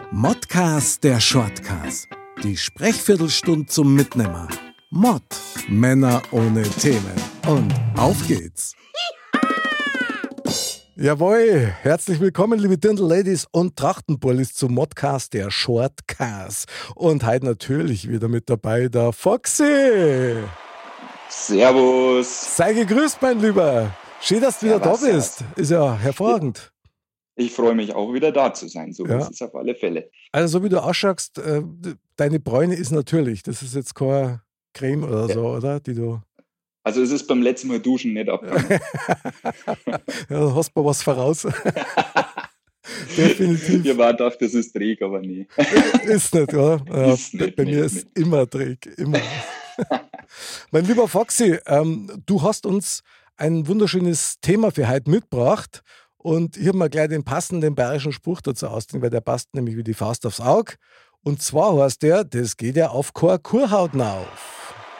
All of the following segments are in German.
Modcast, der Shortcast. Die Sprechviertelstunde zum Mitnehmer. Mod. Männer ohne Themen. Und auf geht's. Jawohl, herzlich willkommen, liebe Dirndl-Ladies und Trachtenbullis zum Modcast, der Shortcast. Und heute natürlich wieder mit dabei der Foxy. Servus. Sei gegrüßt, mein Lieber. Schön, dass du wieder da bist. Ist ja hervorragend. Ich freue mich auch wieder da zu sein, so ist es auf alle Fälle. Also so wie du ausschaust, deine Bräune ist natürlich. Das ist jetzt keine Creme oder so, oder? Die du... Also es ist beim letzten Mal duschen nicht abgegangen. Ja, da hast du mal was voraus. Definitiv. Ihr wart auf, das ist träg, aber nee. Ist nicht, oder? Ja, Ist nicht, bei mir ist immer träg, immer. Mein lieber Foxy, du hast uns ein wunderschönes Thema für heute mitgebracht und ich habe mir gleich den passenden bayerischen Spruch dazu ausgedacht, weil der passt nämlich wie die Faust aufs Auge. Und zwar heißt der, das geht ja auf keine Kurhaut auf.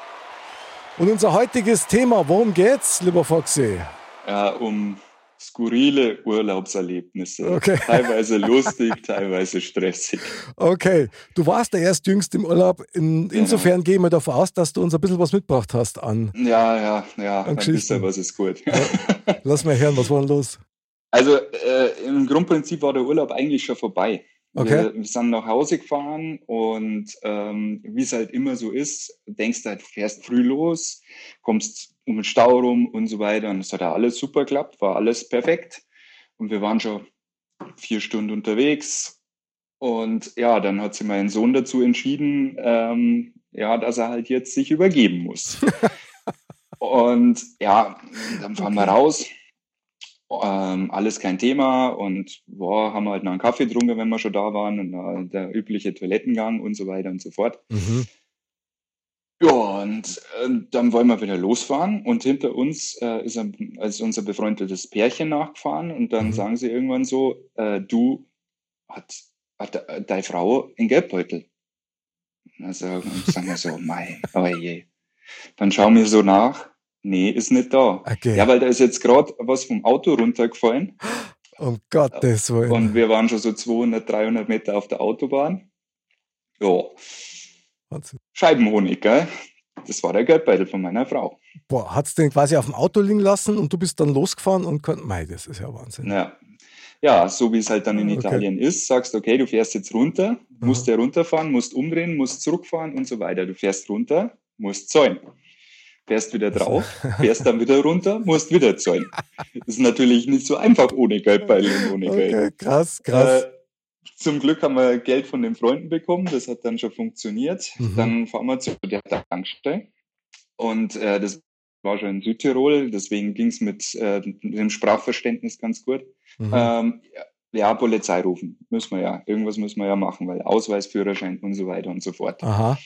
Und unser heutiges Thema, worum geht's, lieber Foxy? Ja, um skurrile Urlaubserlebnisse. Okay. Teilweise lustig, teilweise stressig. Okay, du warst der erstjüngste im Urlaub. Insofern gehen wir davon aus, dass du uns ein bisschen was mitgebracht hast an Ja, ein Geschichten. bisschen was ist gut. Ja. Lass mal hören, was war denn los? Also im Grundprinzip war der Urlaub eigentlich schon vorbei. Okay. Wir sind nach Hause gefahren und wie es halt immer so ist, denkst du halt, fährst früh los, kommst um den Stau rum und so weiter und es hat ja alles super geklappt, war alles perfekt und wir waren schon 4 Stunden unterwegs und ja, dann hat sich mein Sohn dazu entschieden, dass er halt jetzt sich übergeben muss. Und ja, dann fahren wir raus. Alles kein Thema und haben wir halt noch einen Kaffee getrunken, wenn wir schon da waren und der übliche Toilettengang und so weiter und so fort. Mhm. Ja, und dann wollen wir wieder losfahren und hinter uns ist unser befreundetes Pärchen nachgefahren und dann sagen sie irgendwann so, du, hat deine Frau einen Geldbeutel? Also sagen wir so, mei, oh je. Dann schauen wir so nach. Nee, ist nicht da. Okay. Ja, weil da ist jetzt gerade was vom Auto runtergefallen. Um Gottes Willen. Und wir waren schon so 200, 300 Meter auf der Autobahn. Ja. Wahnsinn. Scheibenhonig, gell? Das war der Geldbeutel von meiner Frau. Boah, hat's den quasi auf dem Auto liegen lassen und du bist dann losgefahren und mei, das ist ja Wahnsinn. Ja, so wie es halt dann in Italien ist, sagst okay, du fährst jetzt runter, musst ja runterfahren, musst umdrehen, musst zurückfahren und so weiter. Du fährst runter, musst zäunen. Fährst wieder drauf, fährst dann wieder runter, musst wieder zäunen. Das ist natürlich nicht so einfach ohne Geldbeutel und ohne Geld. Okay, krass. Zum Glück haben wir Geld von den Freunden bekommen, das hat dann schon funktioniert. Dann fahren wir zu der Tankstelle und das war schon in Südtirol, deswegen ging es mit dem Sprachverständnis ganz gut. Polizei rufen, irgendwas müssen wir ja machen, weil Ausweis, Führerschein und so weiter und so fort. Aha.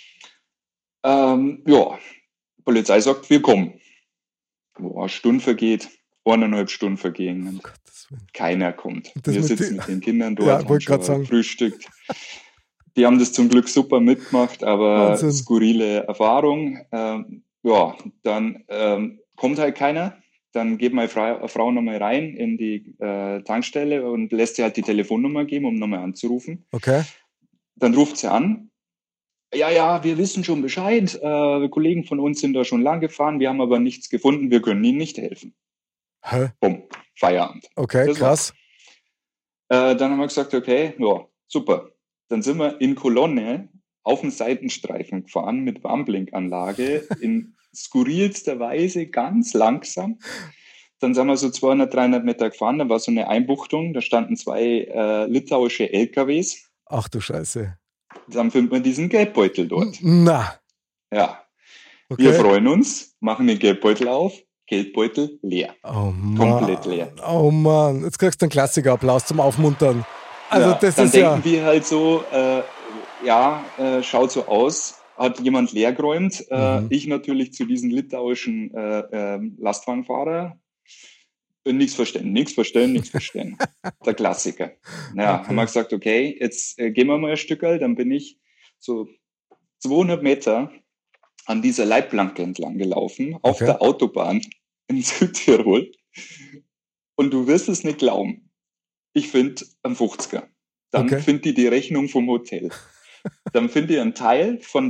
Polizei sagt, wir kommen. Eine Stunde vergeht, 1,5 Stunden vergehen. Keiner kommt. Wir sitzen mit den Kindern dort, haben schon frühstückt. Die haben das zum Glück super mitgemacht, aber Wahnsinn. Skurrile Erfahrung. Dann kommt halt keiner. Dann geht meine Frau nochmal rein in die Tankstelle und lässt sie halt die Telefonnummer geben, um nochmal anzurufen. Okay. Dann ruft sie an. Ja, wir wissen schon Bescheid. Kollegen von uns sind da schon lang gefahren. Wir haben aber nichts gefunden. Wir können Ihnen nicht helfen. Hä? Bumm, Feierabend. Okay, das krass. Dann haben wir gesagt, okay, ja, super. Dann sind wir in Kolonne auf dem Seitenstreifen gefahren mit Warnblinkanlage in skurrilster Weise, ganz langsam. Dann sind wir so 200, 300 Meter gefahren. Da war so eine Einbuchtung. Da standen 2 litauische LKWs. Ach du Scheiße. Dann findet man diesen Geldbeutel dort. Na. Ja. Okay. Wir freuen uns, machen den Geldbeutel auf, Geldbeutel leer. Oh Mann. Komplett leer. Oh Mann, jetzt kriegst du einen Klassiker-Applaus zum Aufmuntern. Also das dann ist denken wir halt so, schaut so aus, hat jemand leer geräumt. Ich natürlich zu diesen litauischen Lastwagenfahrer. Nichts verstehen. Der Klassiker. Haben wir gesagt, okay, jetzt gehen wir mal ein Stück, dann bin ich so 200 Meter an dieser Leitplanke entlang gelaufen, auf der Autobahn in Südtirol. Und du wirst es nicht glauben. Ich finde einen 50er. dann Okay. findet die Rechnung vom Hotel. Dann finde ich einen Teil von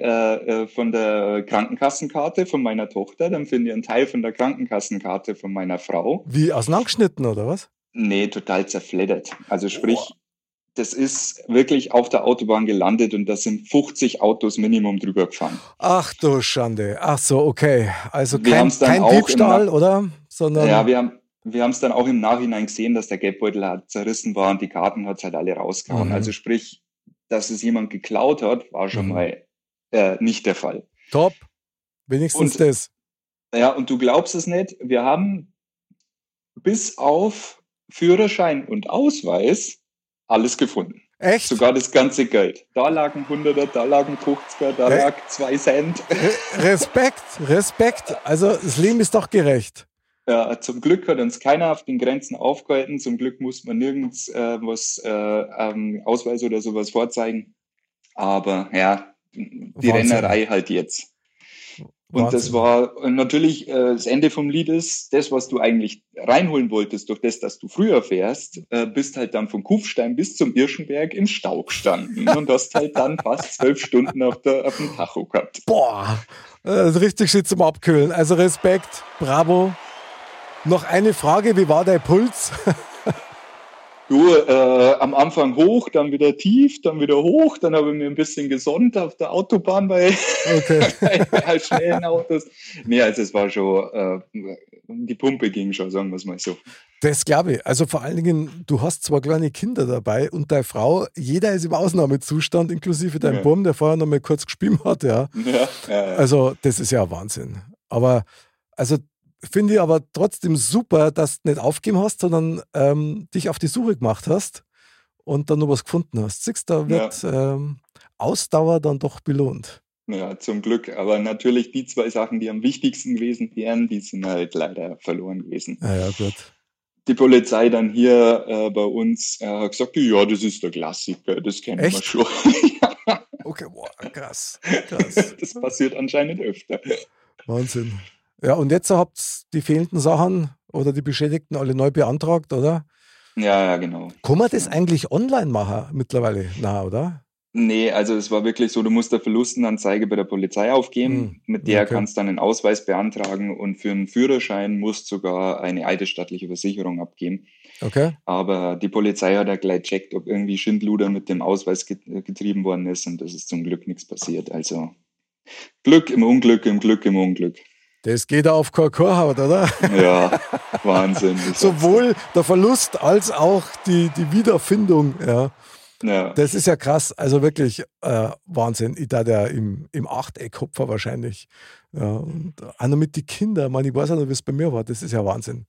der Krankenkassenkarte von meiner Tochter, dann finde ich einen Teil von der Krankenkassenkarte von meiner Frau. Wie auseinandergeschnitten oder was? Nee, total zerfleddert. Also Oh. sprich, das ist wirklich auf der Autobahn gelandet und da sind 50 Autos Minimum drüber gefahren. Ach du Schande. Ach so, okay. Also Wir haben es dann kein auch Diebstahl, oder? ja, Sondern, wir haben es dann auch im Nachhinein gesehen, dass der Geldbeutel halt zerrissen war und die Karten hat halt alle rausgehauen. mhm, Also sprich, dass es jemand geklaut hat, war schon mhm. mal nicht der Fall. Top. Wenigstens Und das. ja, und du glaubst es nicht, wir haben bis auf Führerschein und Ausweis alles gefunden. Echt? Sogar das ganze Geld. Da lagen 100er, da lagen 50er, da Re lag 2 Cent. Respekt, Respekt. Also das Leben ist doch gerecht. Ja, zum Glück hat uns keiner auf den Grenzen aufgehalten. Zum Glück musste man nirgends Ausweis oder sowas vorzeigen. Aber ja, die Wahnsinn. Rennerei halt jetzt. Und das Wahnsinn. war natürlich das Ende vom Lied ist, das, was du eigentlich reinholen wolltest, durch das, dass du früher fährst, bist halt dann von Kufstein bis zum Irschenberg im Stau gestanden und hast halt dann fast 12 Stunden auf dem Tacho gehabt. Boah, richtig shit zum Abkühlen. Also Respekt, bravo. Noch eine Frage, wie war dein Puls? Du, am Anfang hoch, dann wieder tief, dann wieder hoch, dann habe ich mir ein bisschen gesonnt auf der Autobahn Okay. bei schnellen Autos. Nee, also es war schon, die Pumpe ging schon, sagen wir es mal so. Das glaube ich. Also vor allen Dingen, du hast zwei kleine Kinder dabei und deine Frau, jeder ist im Ausnahmezustand, inklusive deinem Ja, Buben, der vorher noch mal kurz gespielt hat, ja. ja, ja. Also das ist ja Wahnsinn. Aber, also finde ich aber trotzdem super, dass du nicht aufgegeben hast, sondern dich auf die Suche gemacht hast und dann noch was gefunden hast. Siehst du, da Ja. wird Ausdauer dann doch belohnt. Ja, zum Glück. Aber natürlich die 2 Sachen, die am wichtigsten gewesen wären, die sind halt leider verloren gewesen. Ja, ja, gut. Die Polizei dann hier bei uns hat gesagt, ja, das ist der Klassiker, das kennen wir Echt? schon. Okay, boah, krass, krass. Das passiert anscheinend öfter. Wahnsinn. Ja, und jetzt habt ihr die fehlenden Sachen oder die Beschädigten alle neu beantragt, oder? Ja, ja, genau. Kann man das Genau. eigentlich online machen mittlerweile? Na, oder? Nee, also es war wirklich so, du musst eine Verlustenanzeige bei der Polizei Hm, aufgeben, mit der okay. kannst du dann einen Ausweis beantragen und für einen Führerschein musst du sogar eine eidesstattliche Versicherung abgeben. Okay. Aber die Polizei hat ja gleich checkt, ob irgendwie Schindluder mit dem Ausweis getrieben worden ist und das ist zum Glück nichts passiert. Also Glück im Unglück, im Glück im Unglück. Das geht auf kein Kornhaut, oder? Ja, Wahnsinn, ich sag's dir. Sowohl der Verlust als auch die Wiederfindung. Ja. Ja, Das ist ja krass. Also wirklich Wahnsinn. Ich da der im Achteck-Hopfer wahrscheinlich. Ja, und auch noch mit den Kindern. Man, ich weiß auch noch, wie es bei mir war. Das ist ja Wahnsinn.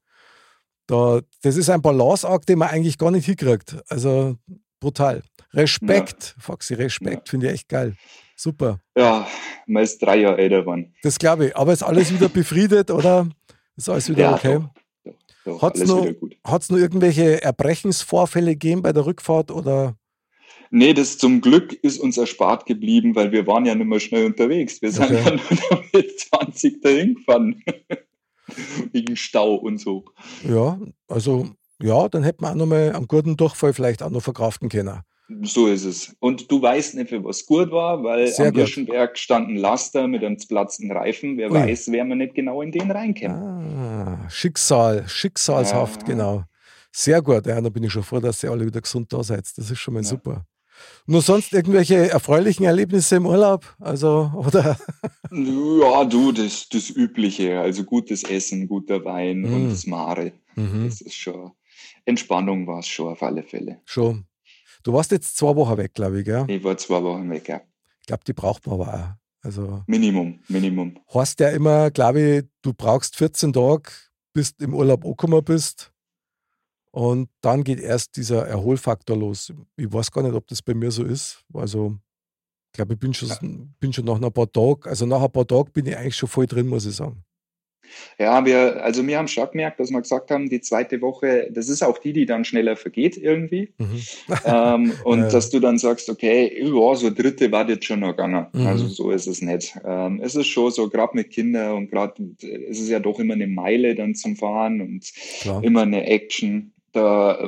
Das ist ein Balanceakt, den man eigentlich gar nicht hinkriegt. Also brutal. ja, Respekt, Foxy, ja. Respekt. Finde ich echt geil. Super. Ja, man ist 3 Jahre älter geworden. Das glaube ich. Aber ist alles wieder befriedet, oder? Ist alles wieder Ja, okay? doch, doch, doch, Hat es alles noch, wieder gut. hat's noch irgendwelche Erbrechensvorfälle gegeben bei der Rückfahrt? Oder? Nee, das zum Glück ist uns erspart geblieben, weil wir waren ja nicht mehr schnell unterwegs. Wir sind Okay. ja nur mit 20 dahin gefahren. Wegen Stau und so. Ja, also ja, dann hätte man auch noch mal am guten Durchfall vielleicht auch noch verkraften können. So ist es. Und du weißt nicht, für was gut war, weil Sehr am gut. Irschenberg stand ein Laster mit einem platzten Reifen. Wer Ui. weiß, wer man nicht genau in den reinkommt. Schicksal, schicksalshaft, Ja, genau. Sehr gut, ja, da bin ich schon froh, dass ihr alle wieder gesund da seid. Das ist schon mal ja. super. Nur sonst irgendwelche erfreulichen Erlebnisse im Urlaub? Also, oder? Ja, du, das Übliche. Also gutes Essen, guter Wein und Mm, das Mare. mhm, Das ist schon, Entspannung war es schon auf alle Fälle. schon. Du warst jetzt 2 Wochen weg, glaube ich, gell? Ich war 2 Wochen weg, ja. Ich glaube, die braucht man aber auch. Also, Minimum, Minimum. heißt ja immer, glaube ich, du brauchst 14 Tage, bis du im Urlaub angekommen bist. Und dann geht erst dieser Erholfaktor los. Ich weiß gar nicht, ob das bei mir so ist. Also, ich glaube, ich Ja. bin schon nach ein paar Tagen, also nach ein paar Tagen bin ich eigentlich schon voll drin, muss ich sagen. Ja, wir haben schon gemerkt, dass wir gesagt haben, die 2. Woche, das ist auch die dann schneller vergeht irgendwie. Mhm. Und äh, dass du dann sagst, okay, ja, so 3. war jetzt schon noch gegangen. Also mhm, so ist es nicht. Es ist schon so, gerade mit Kindern und gerade, es ist ja doch immer eine Meile dann zum Fahren und klar. immer eine Action. Da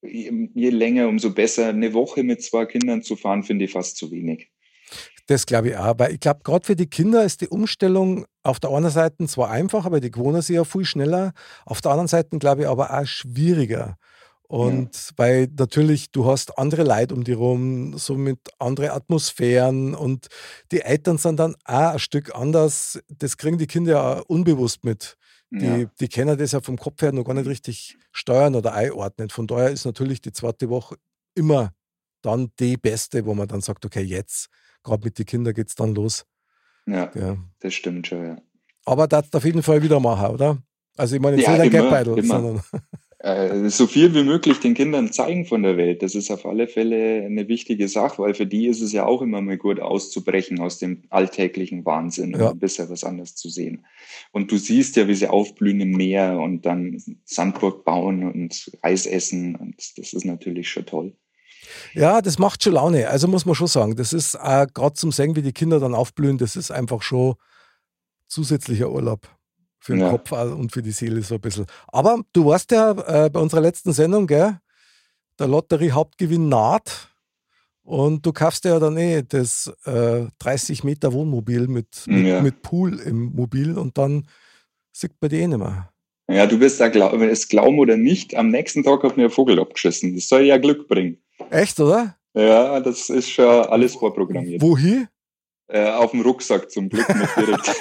je länger, umso besser. Eine Woche mit 2 Kindern zu fahren, finde ich fast zu wenig. Das glaube ich auch, weil ich glaube, gerade für die Kinder ist die Umstellung auf der einen Seite zwar einfach, aber die gewohnen sich ja viel schneller. Auf der anderen Seite glaube ich aber auch schwieriger. Ja, Und weil natürlich du hast andere Leute um die rum, somit andere Atmosphären und die Eltern sind dann auch ein Stück anders. Das kriegen die Kinder ja auch unbewusst mit. Die, ja, die können das ja vom Kopf her noch gar nicht richtig steuern oder einordnen. Von daher ist natürlich die zweite Woche immer dann die beste, wo man dann sagt, okay, jetzt, gerade mit den Kindern geht es dann los. ja, Ja. das stimmt schon, ja. Aber das auf jeden Fall wieder machen, oder? Also ich meine jetzt Ja, nicht ein immer, Geldbeutel, immer. sondern So viel wie möglich den Kindern zeigen von der Welt. Das ist auf alle Fälle eine wichtige Sache, weil für die ist es ja auch immer mal gut auszubrechen aus dem alltäglichen Wahnsinn und ja. ein bisschen was anderes zu sehen. Und du siehst ja, wie sie aufblühen im Meer und dann Sandburg bauen und Eis essen. Und das ist natürlich schon toll. Ja, das macht schon Laune. Also muss man schon sagen, das ist gerade zum Sehen, wie die Kinder dann aufblühen, das ist einfach schon zusätzlicher Urlaub für den Ja, Kopf und für die Seele so ein bisschen. Aber du warst ja bei unserer letzten Sendung, gell, der Lotterie-Hauptgewinn naht und du kaufst ja dann das 30 Meter Wohnmobil ja. mit Pool im Mobil und dann sieht man die nicht mehr. Ja, du wirst da es glauben oder nicht, am nächsten Tag hat mir ein Vogel abgeschissen. Das soll ja Glück bringen. Echt, oder? Ja, das ist schon alles vorprogrammiert. Wohin? Auf dem Rucksack zum Glück nicht direkt.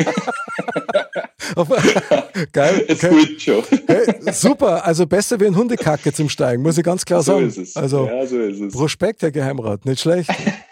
Geil, Es okay. geht schon. Hey, super, also besser wie ein Hundekacke zum Steigen, muss ich ganz klar So sagen. ist es. Also Ja, so ist es. Prospekt, Herr Geheimrat, nicht schlecht.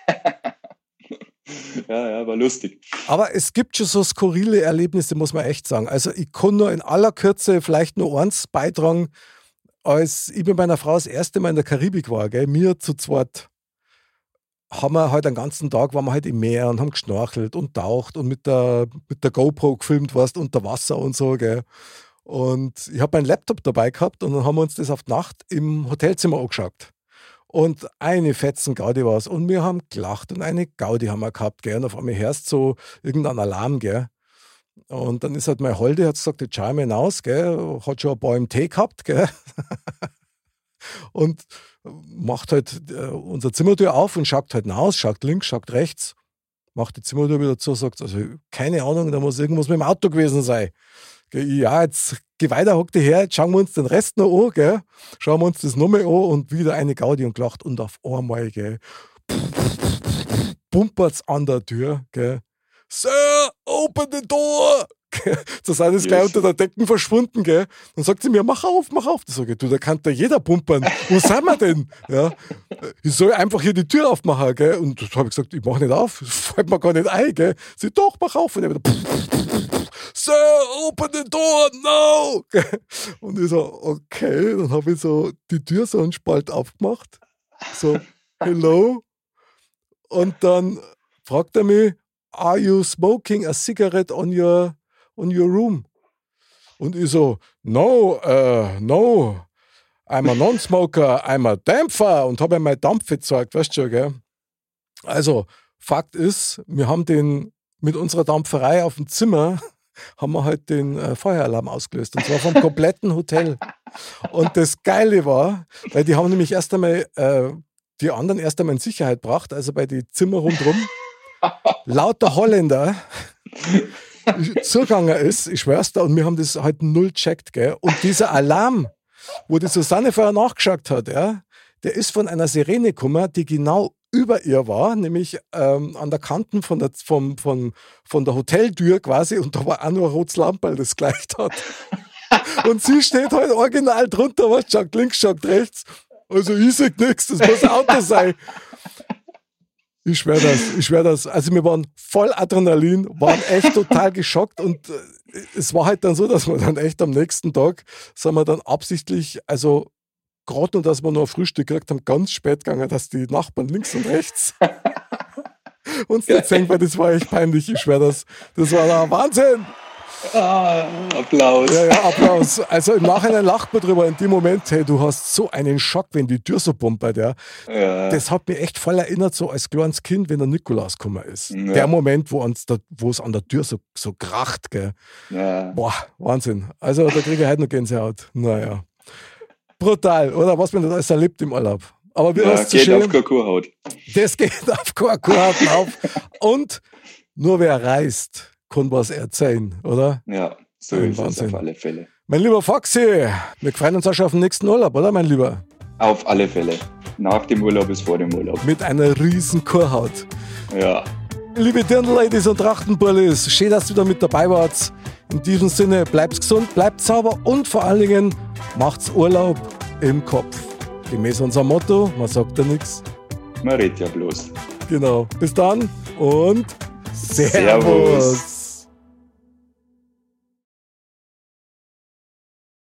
Ja, ja, war lustig. Aber es gibt schon so skurrile Erlebnisse, muss man echt sagen. Also ich kann nur in aller Kürze vielleicht nur eins beitragen, als ich mit meiner Frau das erste Mal in der Karibik war, gell, wir zu zweit haben wir halt den ganzen Tag waren wir halt im Meer und haben geschnorchelt und taucht und mit der GoPro gefilmt, warst unter Wasser und so, gell. Und ich habe meinen Laptop dabei gehabt und dann haben wir uns das auf die Nacht im Hotelzimmer angeschaut. Und eine Fetzen Gaudi war es. Und wir haben gelacht und eine Gaudi haben wir gehabt, gell. Und auf einmal hörst du so irgendeinen Alarm, gell. Und dann ist halt meine Holde, hat gesagt, jetzt schau mal hinaus, gell. Hat schon ein paar im Tee gehabt, gell. Und macht halt unsere Zimmertür auf und schaut halt hinaus, schaut links, schaut rechts, macht die Zimmertür wieder zu, sagt, also keine Ahnung, da muss irgendwas mit dem Auto gewesen sein. Gell, ja, jetzt geh weiter, hock dich her, jetzt schauen wir uns den Rest noch an, gell? Schauen wir uns das nochmal an und wieder eine Gaudi und gelacht und auf einmal, gell, bumpert's an der Tür, gell. Sir, open the door! So sind es gleich Yes. unter der Decken verschwunden, gell? Dann sagt sie mir, mach auf, mach auf. Da sage ich, du, da kann da jeder pumpern. Wo sind wir denn? Ja, ich soll einfach hier die Tür aufmachen, gell? Und das habe ich gesagt, ich mach nicht auf, das fällt mir gar nicht ein, gell? Sie, doch, mach auf. Und er wieder, Sir, open the door, no! Und ich so, okay, dann habe ich so die Tür so einen Spalt aufgemacht. So, hello? Und dann fragt er mich, are you smoking a cigarette on your room? Und ich so, no, no, I'm a non-smoker, I'm a Dampfer und habe ihm mein Dampf gezeigt, weißt du schon, gell? Also, Fakt ist, wir haben den mit unserer Dampferei auf dem Zimmer, haben wir halt den Feueralarm ausgelöst und zwar vom kompletten Hotel. Und das Geile war, weil die haben nämlich erst einmal die anderen erst einmal in Sicherheit gebracht, also bei den Zimmer rundherum, lauter Holländer zugegangen ist, ich schwör's da, und wir haben das halt null checkt, gell. Und dieser Alarm, wo die Susanne vorher nachgeschaut hat, ja, der ist von einer Sirene gekommen, die genau über ihr war, nämlich an der Kante von der Hoteltür quasi, und da war auch nur ein rotes Lamperl, das gleicht hat. Und sie steht halt original drunter, was schaut links, schaut rechts. Also ich sehe nichts, das muss ein Auto sein. Ich schwör das. Also wir waren voll Adrenalin, waren echt total geschockt und es war halt dann so, dass wir dann echt am nächsten Tag, sind wir dann absichtlich, also gerade nur, dass wir noch ein Frühstück gekriegt haben, ganz spät gegangen, dass die Nachbarn links und rechts uns nicht sehen, weil das war echt peinlich, ich schwör das. Das war der Wahnsinn. Applaus. Ja, Applaus. Also im Nachhinein lacht man drüber. In dem Moment, hey, du hast so einen Schock, wenn die Tür so pumpert, ja. Ja. Das hat mich echt voll erinnert, so als kleines Kind, wenn der Nikolaus gekommen ist. Ja. Der Moment, wo es an der Tür so kracht, gell. Ja. Boah, Wahnsinn. Also da kriege ich heute noch Gänsehaut. Naja. Brutal, oder? Was man da alles erlebt im Urlaub. Aber wie hast du geht schön, auf keine Kuhhaut. das geht auf keine Kuhhaut auf. Und nur wer reist, kann was erzählen, oder? Ja, so Ein ist Wahnsinn. es auf alle Fälle. Mein lieber Foxy, wir freuen uns auch schon auf den nächsten Urlaub, oder mein Lieber? Auf alle Fälle. Nach dem Urlaub ist vor dem Urlaub. Mit einer riesen Kuhhaut. Ja. Liebe Dirndl-Ladies und Trachtenbullis, schön, dass ihr wieder mit dabei wart. In diesem Sinne, bleibt gesund, bleibt sauber und vor allen Dingen macht's Urlaub im Kopf. Gemäß unserem Motto, man sagt ja nichts. Man redet ja bloß. Genau. Bis dann und Servus.